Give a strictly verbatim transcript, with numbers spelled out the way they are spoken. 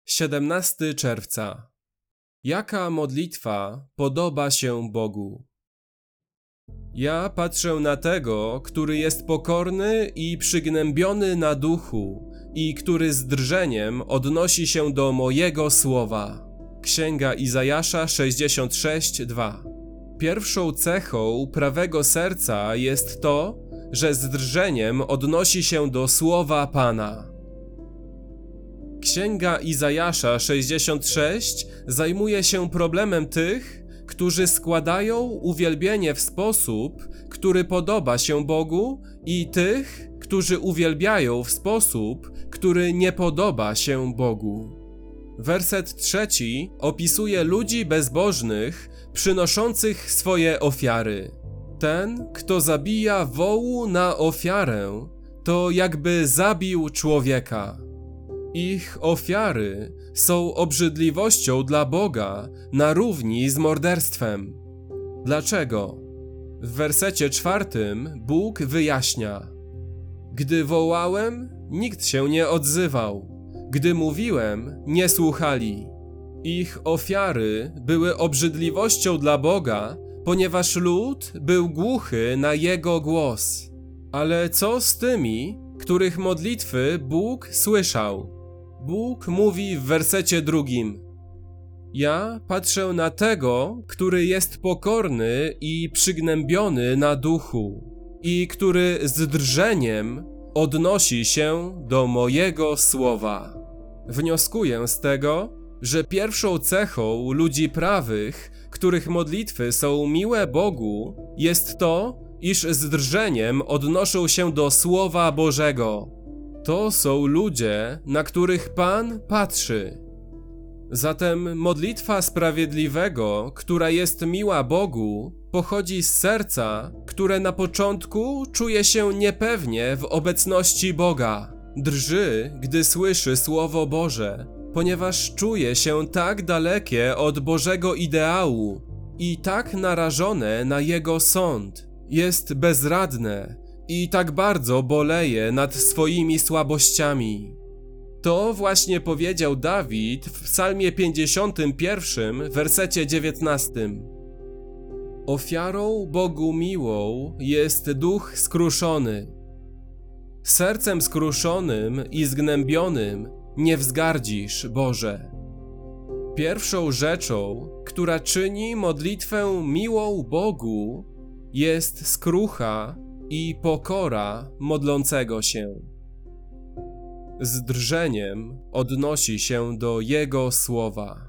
siedemnastego czerwca. Jaka modlitwa podoba się Bogu? Ja patrzę na tego, który jest pokorny i przygnębiony na duchu i który z drżeniem odnosi się do mojego słowa. Księga Izajasza sześćdziesiąt sześć, dwa. Pierwszą cechą prawego serca jest to, że z drżeniem odnosi się do słowa Pana. Księga Izajasza sześćdziesiąt sześć zajmuje się problemem tych, którzy składają uwielbienie w sposób, który podoba się Bogu, i tych, którzy uwielbiają w sposób, który nie podoba się Bogu. Werset trzeci opisuje ludzi bezbożnych, przynoszących swoje ofiary. Ten, kto zabija wołu na ofiarę, to jakby zabił człowieka. Ich ofiary są obrzydliwością dla Boga na równi z morderstwem. Dlaczego? W wersecie czwartym Bóg wyjaśnia: Gdy wołałem, nikt się nie odzywał. Gdy mówiłem, nie słuchali. Ich ofiary były obrzydliwością dla Boga, ponieważ lud był głuchy na Jego głos. Ale co z tymi, których modlitwy Bóg słyszał? Bóg mówi w wersecie drugim: Ja patrzę na tego, który jest pokorny i przygnębiony na duchu i który z drżeniem odnosi się do mojego słowa. Wnioskuję z tego, że pierwszą cechą ludzi prawych, których modlitwy są miłe Bogu, jest to, iż z drżeniem odnoszą się do Słowa Bożego. To są ludzie, na których Pan patrzy. Zatem modlitwa sprawiedliwego, która jest miła Bogu, pochodzi z serca, które na początku czuje się niepewnie w obecności Boga. Drży, gdy słyszy Słowo Boże, ponieważ czuje się tak dalekie od Bożego ideału i tak narażone na Jego sąd. Jest bezradne i tak bardzo boleje nad swoimi słabościami. To właśnie powiedział Dawid w psalmie pięćdziesiątym pierwszym, wersecie dziewiętnastym. Ofiarą Bogu miłą jest duch skruszony. Sercem skruszonym i zgnębionym nie wzgardzisz, Boże. Pierwszą rzeczą, która czyni modlitwę miłą Bogu, jest skrucha i pokora modlącego się. Z drżeniem odnosi się do Jego słowa.